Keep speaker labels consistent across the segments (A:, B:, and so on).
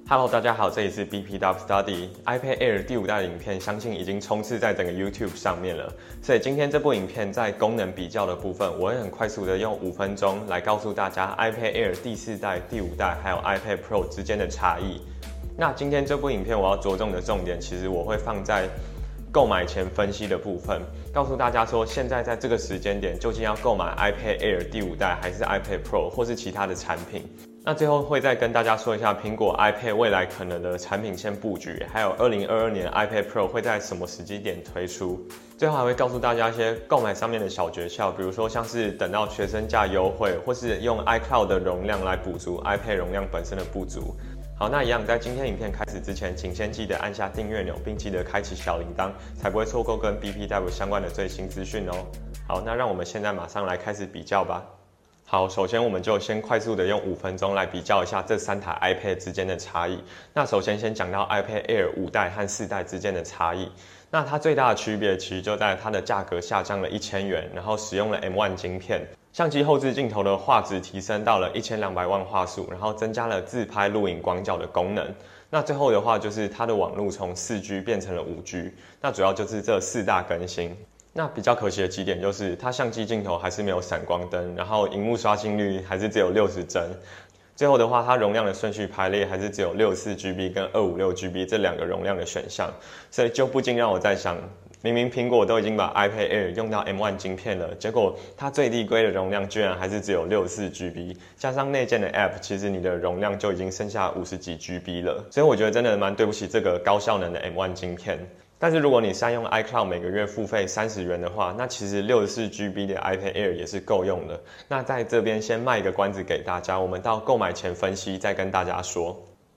A: Hello， 大家好，这里是 BPW Study。iPad Air 第5代的影片，相信已经冲刺在整个 YouTube 上面了。所以今天这部影片在功能比较的部分，我会很快速的用5分钟来告诉大家 iPad Air 第4代、第5代还有 iPad Pro 之间的差异。那今天这部影片我要着重的重点，其实我会放在购买前分析的部分，告诉大家说，现在在这个时间点，究竟要购买 iPad Air 第5代，还是 iPad Pro， 或是其他的产品。那最后会再跟大家说一下苹果 iPad 未来可能的产品线布局，还有2022年 iPad Pro 会在什么时机点推出。最后还会告诉大家一些购买上面的小诀窍，比如说像是等到学生价优惠，或是用 iCloud 的容量来补足 iPad 容量本身的不足。好，那一样在今天影片开始之前，请先记得按下订阅钮，并记得开启小铃铛，才不会错过跟 BPW 相关的最新资讯哦。好，那让我们现在马上来开始比较吧。好，首先我们就先快速的用5分钟来比较一下这3台 iPad 之间的差异。那首先先讲到 iPad Air 5代和4代之间的差异。那它最大的区别其实就在它的价格下降了1000元，然后使用了 M1 晶片，相机后置镜头的画质提升到了1200万画素，然后增加了自拍、录影、广角的功能。那最后的话就是它的网路从4G 变成了5G，那主要就是这4大更新。那比较可惜的几点就是，它相机镜头还是没有闪光灯，然后萤幕刷新率还是只有60帧。最后的话，它容量的顺序排列还是只有64GB 跟256GB 这2个容量的选项，所以就不禁让我在想，明明苹果都已经把 iPad Air 用到 M1 晶片了，结果它最低规的容量居然还是只有64GB， 加上内建的 App， 其实你的容量就已经剩下50几 GB 了，所以我觉得真的蛮对不起这个高效能的 M1 晶片。但是如果你善用 iCloud 每个月付费30元的话，那其实64GB 的 iPad Air 也是够用的。那在这边先卖一个关子给大家，我们到购买前分析再跟大家说。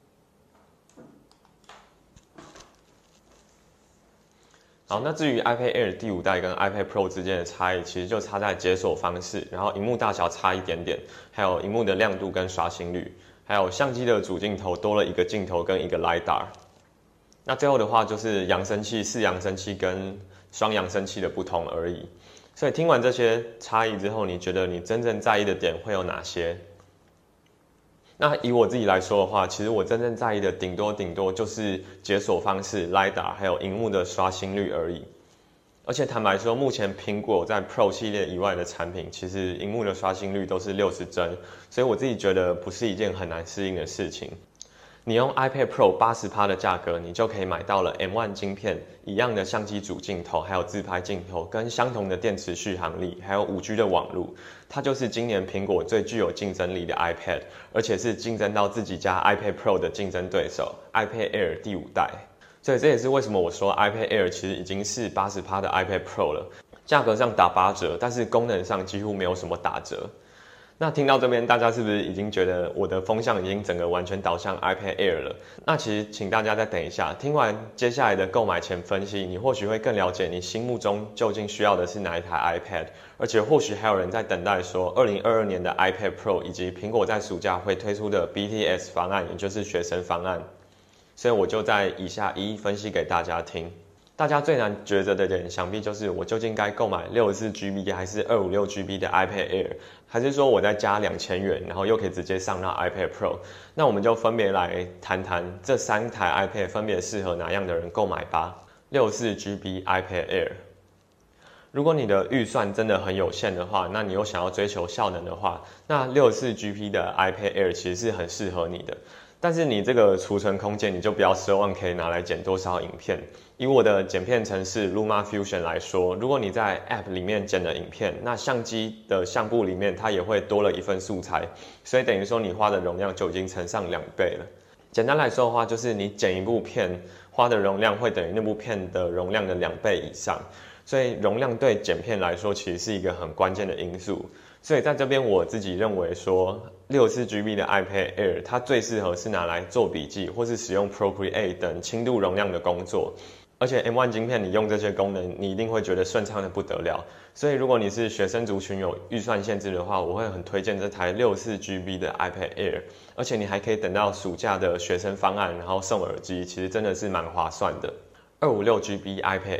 A: 好，那至于 iPad Air 第5代跟 iPad Pro 之间的差异，其实就差在解锁方式，然后萤幕大小差一点点，还有萤幕的亮度跟刷新率，还有相机的主镜头多了一个镜头跟一个 LiDAR。那最后的话就是扬声器、4扬声器跟双扬声器的不同而已。所以听完这些差异之后，你觉得你真正在意的点会有哪些？那以我自己来说的话，其实我真正在意的顶多就是解锁方式、LiDAR 还有萤幕的刷新率而已。而且坦白说，目前苹果在 Pro 系列以外的产品，其实萤幕的刷新率都是60帧，所以我自己觉得不是一件很难适应的事情。你用 iPad Pro 80%的价格，你就可以买到了 M1 晶片，一样的相机主镜头，还有自拍镜头，跟相同的电池续航力，还有5G 的网路，它就是今年苹果最具有竞争力的 iPad， 而且是竞争到自己家 iPad Pro 的竞争对手 iPad Air 第5代。所以这也是为什么我说 iPad Air 其实已经是80%的 iPad Pro 了，价格上打8折，但是功能上几乎没有什么打折。那听到这边，大家是不是已经觉得我的风向已经整个完全导向 iPad Air 了？那其实请大家再等一下，听完接下来的购买前分析，你或许会更了解你心目中究竟需要的是哪一台 iPad， 而且或许还有人在等待说2022年的 iPad Pro 以及苹果在暑假会推出的 BTS 方案，也就是学生方案。所以我就在以下一一分析给大家听。大家最难抉择的点，想必就是我究竟该购买64GB 还是256GB 的 iPad Air， 还是说我再加2000元，然后又可以直接上到 iPad Pro？ 那我们就分别来谈谈这3台 iPad 分别适合哪样的人购买吧。64GB iPad Air， 如果你的预算真的很有限的话，那你又想要追求效能的话，那64GB 的 iPad Air 其实是很适合你的。但是你这个储存空间，你就不要奢望可以拿来剪多少影片。以我的剪片程式 LumaFusion 来说，如果你在 App 里面剪了影片，那相机的相簿里面它也会多了一份素材，所以等于说你花的容量就已经乘上2倍了。简单来说的话，就是你剪一部片花的容量会等于那部片的容量的2倍以上，所以容量对剪片来说其实是一个很关键的因素。所以在这边我自己认为说64GB 的 iPad Air 它最适合是拿来做笔记或是使用 Procreate 等轻度容量的工作，而且 M1 晶片你用这些功能你一定会觉得顺畅的不得了。所以如果你是学生族群有预算限制的话，我会很推荐这台64GB 的 iPad Air， 而且你还可以等到暑假的学生方案，然后送耳机，其实真的是蛮划算的。256GB iPad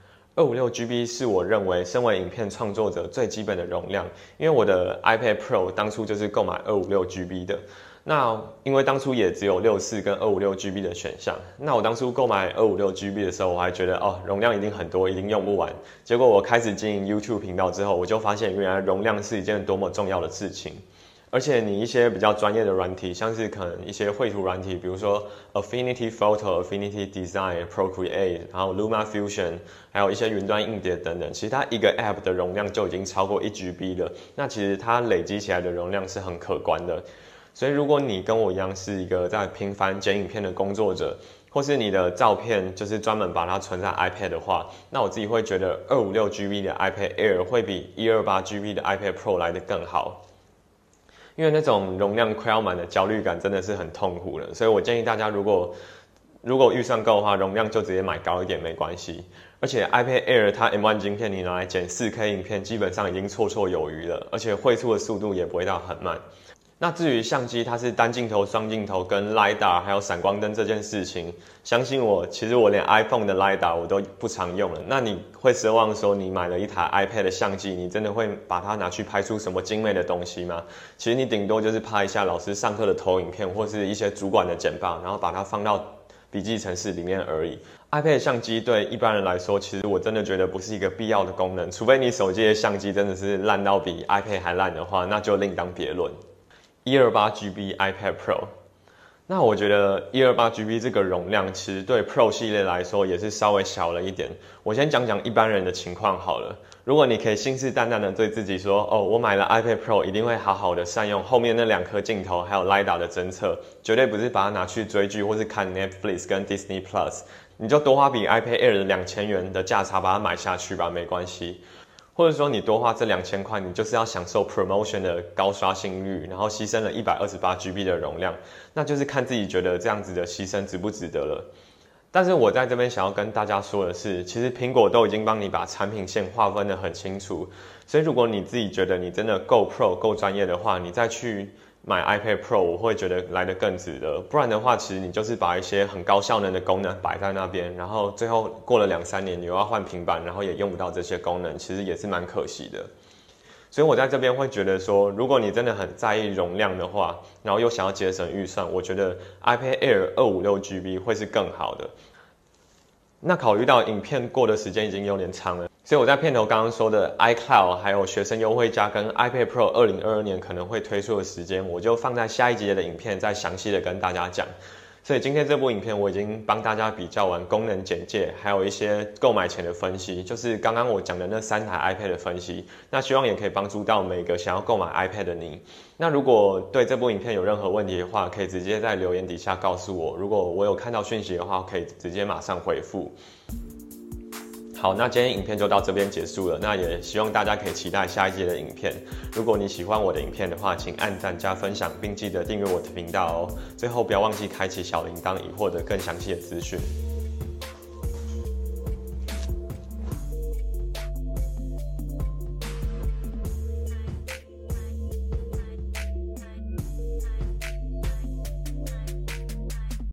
A: Air，256GB 是我认为身为影片创作者最基本的容量，因为我的 iPad Pro 当初就是购买256GB 的。 那因为当初也只有64跟256GB 的选项，那我当初购买256GB 的时候，我还觉得容量一定很多，一定用不完。结果我开始经营 YouTube 频道之后，我就发现原来容量是一件多么重要的事情。而且你一些比较专业的软体，像是可能一些绘图软体，比如说 Affinity Photo、Affinity Design、Procreate， 然后 LumaFusion， 还有一些云端硬碟等等，其实它一个 App 的容量就已经超过1GB 了。那其实它累积起来的容量是很可观的。所以如果你跟我一样是一个在频繁剪影片的工作者，或是你的照片就是专门把它存在 iPad 的话，那我自己会觉得256GB 的 iPad Air 会比128GB 的 iPad Pro 来得更好。因为那种容量快要满的焦虑感真的是很痛苦了，所以我建议大家如果预算够的话，容量就直接买高一点没关系。而且 iPad Air 它 M1 晶片你拿来剪 4K 影片基本上已经绰绰有余了，而且绘出的速度也不会到很慢。那至于相机它是单镜头、双镜头跟 LiDAR 还有闪光灯这件事情，相信我，其实我连 iPhone 的 LiDAR 我都不常用了。那你会奢望说你买了一台 iPad 的相机，你真的会把它拿去拍出什么精美的东西吗？其实你顶多就是拍一下老师上课的投影片，或是一些主管的简报，然后把它放到笔记程式里面而已。iPad 相机对一般人来说，其实我真的觉得不是一个必要的功能，除非你手机的相机真的是烂到比 iPad 还烂的话，那就另当别论。128GB iPad Pro， 那我觉得 128GB 这个容量其实对 Pro 系列来说也是稍微小了一点。我先讲讲一般人的情况好了。如果你可以信誓旦旦的对自己说，我买了 iPad Pro 一定会好好的善用后面那2颗镜头还有 LiDAR 的侦测，绝对不是把它拿去追剧或是看 Netflix 跟 Disney Plus， 你就多花比 iPad Air 的2000元的价差把它买下去吧，没关系。或者说你多花这2000块，你就是要享受 promotion 的高刷新率，然后牺牲了 128GB 的容量，那就是看自己觉得这样子的牺牲值不值得了。但是我在这边想要跟大家说的是，其实苹果都已经帮你把产品线划分得很清楚，所以如果你自己觉得你真的够 Pro 够专业的话，你再去买 iPad Pro 我会觉得来得更值得。不然的话，其实你就是把一些很高效能的功能摆在那边，然后最后过了2-3年你又要换平板，然后也用不到这些功能，其实也是蛮可惜的。所以我在这边会觉得说，如果你真的很在意容量的话，然后又想要节省预算，我觉得 iPad Air 256GB 会是更好的。那考虑到影片过的时间已经有点长了，所以我在片头刚刚说的 iCloud 还有学生优惠价跟 iPad Pro 2022年可能会推出的时间，我就放在下一集的影片再详细的跟大家讲。所以今天这部影片我已经帮大家比较完功能简介，还有一些购买前的分析，就是刚刚我讲的那3台 iPad 的分析。那希望也可以帮助到每个想要购买 iPad 的你。那如果对这部影片有任何问题的话，可以直接在留言底下告诉我。如果我有看到讯息的话，可以直接马上回复。好，那今天影片就到这边结束了。那也希望大家可以期待下一集的影片。如果你喜欢我的影片的话，请按赞加分享，并记得订阅我的频道哦。最后不要忘记开启小铃铛，以获得更详细的资讯。